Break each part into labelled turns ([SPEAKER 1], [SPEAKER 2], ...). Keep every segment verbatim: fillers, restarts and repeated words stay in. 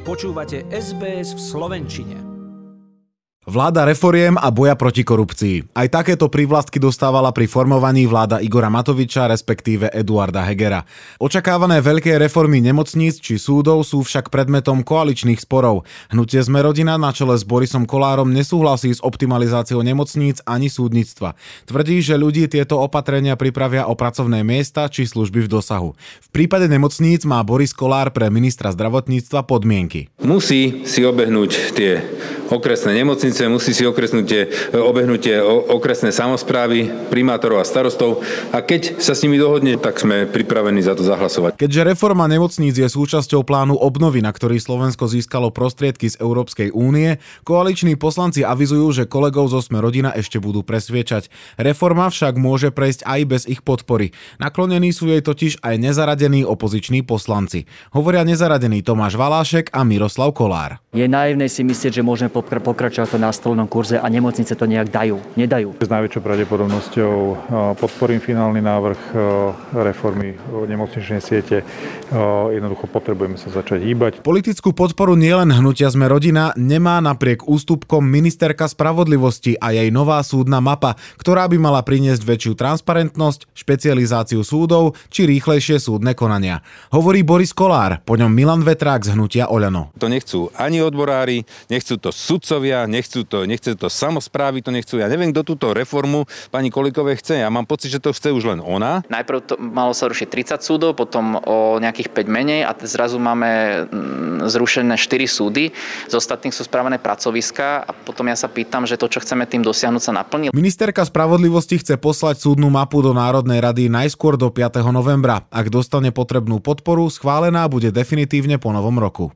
[SPEAKER 1] Počúvate es bé es v slovenčine.
[SPEAKER 2] Vláda reforiem a boja proti korupcii. Aj takéto prívlastky dostávala pri formovaní vláda Igora Matoviča, respektíve Eduarda Hegera. Očakávané veľké reformy nemocníc či súdov sú však predmetom koaličných sporov. Hnutie Sme rodina na čele s Borisom Kollárom nesúhlasí s optimalizáciou nemocníc ani súdnictva. Tvrdí, že ľudí tieto opatrenia pripravia o pracovné miesta či služby v dosahu. V prípade nemocníc má Boris Kollár pre ministra zdravotníctva podmienky.
[SPEAKER 3] Musí si obehnúť tie okresné nemocnice, musí si okresnutie, obehnúť okresné samosprávy, primátorov a starostov a keď sa s nimi dohodne, tak sme pripravení za to zahlasovať.
[SPEAKER 2] Keďže reforma nemocníc je súčasťou plánu obnovy, na ktorý Slovensko získalo prostriedky z Európskej únie, koaliční poslanci avizujú, že kolegov zo Sme rodina ešte budú presviečať. Reforma však môže prejsť aj bez ich podpory. Naklonení sú jej totiž aj nezaradení opoziční poslanci. Hovoria nezaradení Tomáš Valášek a Miroslav Kollár.
[SPEAKER 4] Je naivné si myslieť, že môžeme pokračovať v nastolenom kurze a nemocnice to nejak dajú. Nedajú.
[SPEAKER 5] S najväčšou pravdepodobnosťou podporím finálny návrh reformy nemocničnej siete. Jednoducho potrebujeme sa začať hýbať.
[SPEAKER 2] Politickú podporu nielen hnutia Sme rodina nemá napriek ústupkom ministerka spravodlivosti a jej nová súdna mapa, ktorá by mala priniesť väčšiu transparentnosť, špecializáciu súdov či rýchlejšie súdne konania. Hovorí Boris Kollár, po ňom Milan Vetrák z hnutia Oľano.
[SPEAKER 3] To nechcú ani odborári, nechcú to sudcovia, nechcú to, nechcú to samosprávy, to nechcú. Ja neviem, kto túto reformu pani Kolíkovej chce. Ja mám pocit, že to chce už len ona.
[SPEAKER 6] Najprv to malo sa rušiť tridsať súdov, potom o nejakých päť menej a zrazu máme zrušené štyri súdy. Z ostatných sú správané pracoviská a potom ja sa pýtam, že to, čo chceme tým dosiahnuť, sa naplní.
[SPEAKER 2] Ministerka spravodlivosti chce poslať súdnu mapu do Národnej rady najskôr do piateho novembra. Ak dostane potrebnú podporu, schválená bude definitívne po novom roku.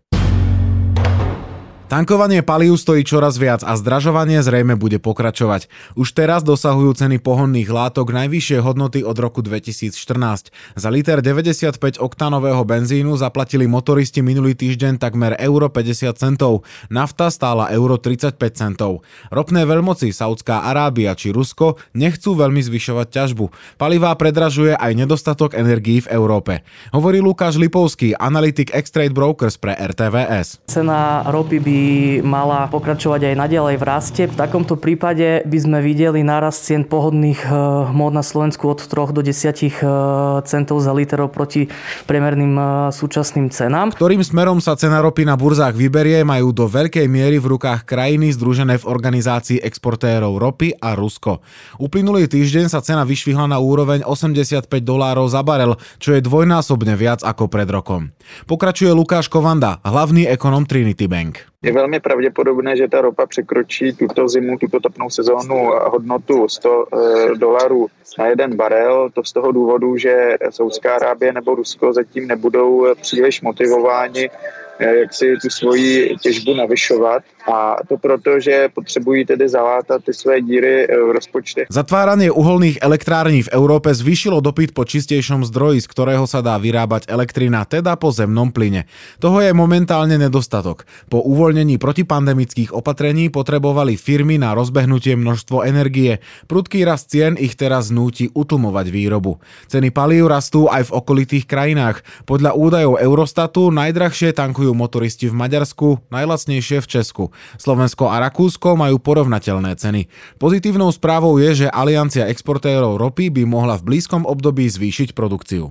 [SPEAKER 2] Tankovanie palív stojí čoraz viac a zdražovanie zrejme bude pokračovať. Už teraz dosahujú ceny pohonných látok najvyššie hodnoty od roku dvetisícštrnásť. Za liter deväťdesiatpäť oktánového benzínu zaplatili motoristi minulý týždeň takmer euro päťdesiat centov. Nafta stála euro tridsaťpäť centov. Ropné veľmoci Saudská Arábia či Rusko nechcú veľmi zvyšovať ťažbu. Palivá predražuje aj nedostatok energií v Európe. Hovorí Lukáš Lipovský, analytik X-Trade Brokers pre er té vé es.
[SPEAKER 7] Cena ropy by mala pokračovať aj naďalej v raste. V takomto prípade by sme videli nárast cien pohodných hmôt na Slovensku od troch do desať centov za liter proti priemerným súčasným cenám.
[SPEAKER 2] Ktorým smerom sa cena ropy na burzách vyberie, majú do veľkej miery v rukách krajiny združené v organizácii exportérov ropy a Rusko. Uplynulý týždeň sa cena vyšvihla na úroveň osemdesiatpäť dolárov za barel, čo je dvojnásobne viac ako pred rokom. Pokračuje Lukáš Kovanda, hlavný ekonom Trinity Bank.
[SPEAKER 8] Je velmi pravděpodobné, že ta ropa překročí tuto zimu, tuto topnou sezónu hodnotu sto dolarů na jeden barel. To z toho důvodu, že Saudská Arábie nebo Rusko zatím nebudou příliš motivováni jak si tu svoji těžbu navyšovat. A to proto, že potřebují tedy zalátat ty své díry v rozpočtech.
[SPEAKER 2] Zatváranie uholných elektrární v Európe zvýšilo dopyt po čistejšom zdroji, z ktorého sa dá vyrábať elektrina, teda po zemnom plyne. Toho je momentálne nedostatok. Po uvoľnení protipandemických opatrení potrebovali firmy na rozbehnutie množstvo energie. Prudký rast cien ich teraz núti utlmovať výrobu. Ceny palív rastú aj v okolitých krajinách. Podľa údajov Eurostatu najdrahšie tankujú motoristi v Maďarsku, najlacnejšie v Česku. Slovensko a Rakúsko majú porovnateľné ceny. Pozitívnou správou je, že Aliancia exportérov ropy by mohla v blízkom období zvýšiť produkciu.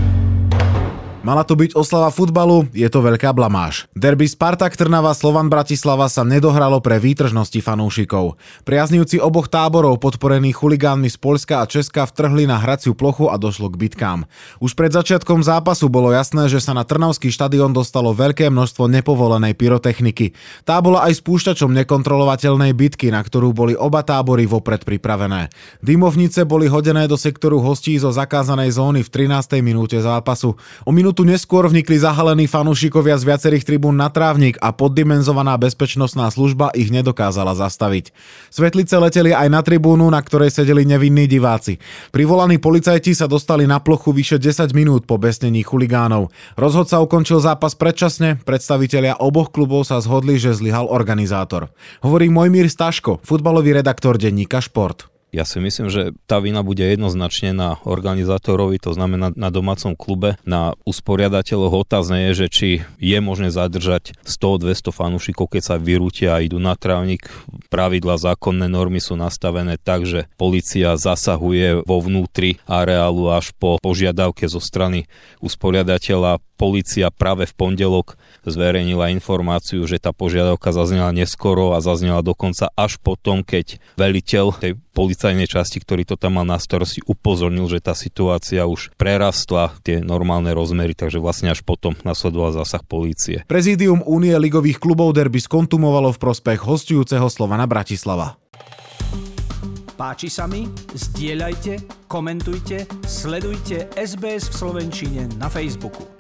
[SPEAKER 2] Mala to byť oslava futbalu, je to veľká blamáž. Derby Spartak Trnava Slovan Bratislava sa nedohralo pre výtržnosti fanúšikov. Priaznivci oboch táborov podporení chuligánmi z Poľska a Česka vtrhli na hraciu plochu a došlo k bitkám. Už pred začiatkom zápasu bolo jasné, že sa na trnavský štadión dostalo veľké množstvo nepovolenej pyrotechniky. Tá bola aj spúšťačom nekontrolovateľnej bitky, na ktorú boli oba tábory vopred pripravené. Dymovnice boli hodené do sektoru hostí zo zakázanej zóny v trinástej minúte zápasu. O minútu neskôr vnikli zahalení fanúšikovia z viacerých tribún na trávnik a poddimenzovaná bezpečnostná služba ich nedokázala zastaviť. Svetlice leteli aj na tribúnu, na ktorej sedeli nevinní diváci. Privolaní policajti sa dostali na plochu vyše desať minút po besnení chuligánov. Rozhodca ukončil zápas predčasne, predstavitelia oboch klubov sa zhodli, že zlyhal organizátor. Hovorí Mojmír Staško, futbalový redaktor denníka Šport.
[SPEAKER 9] Ja si myslím, že tá vina bude jednoznačne na organizátorovi, to znamená na domácom klube, na usporiadateľoch. Otázne je, že či je možné zadržať sto dvesto fanúšikov, keď sa vyrútia a idú na trávnik. Pravidlá, zákonné normy sú nastavené tak, že polícia zasahuje vo vnútri areálu až po požiadavke zo strany usporiadateľa. Polícia práve v pondelok zverejnila informáciu, že tá požiadavka zaznela neskoro a zaznela dokonca až potom, keď veliteľ tej policajnej časti, ktorý to tam mal na starosti, upozornil, že tá situácia už prerastla tie normálne rozmery, takže vlastne až potom nasledoval zásah polície.
[SPEAKER 2] Prezídium Únie ligových klubov derby skontumovalo v prospech hostujúceho Slovana Bratislava.
[SPEAKER 1] Páči sa mi? Zdieľajte, komentujte, sledujte es bé es v slovenčine na Facebooku.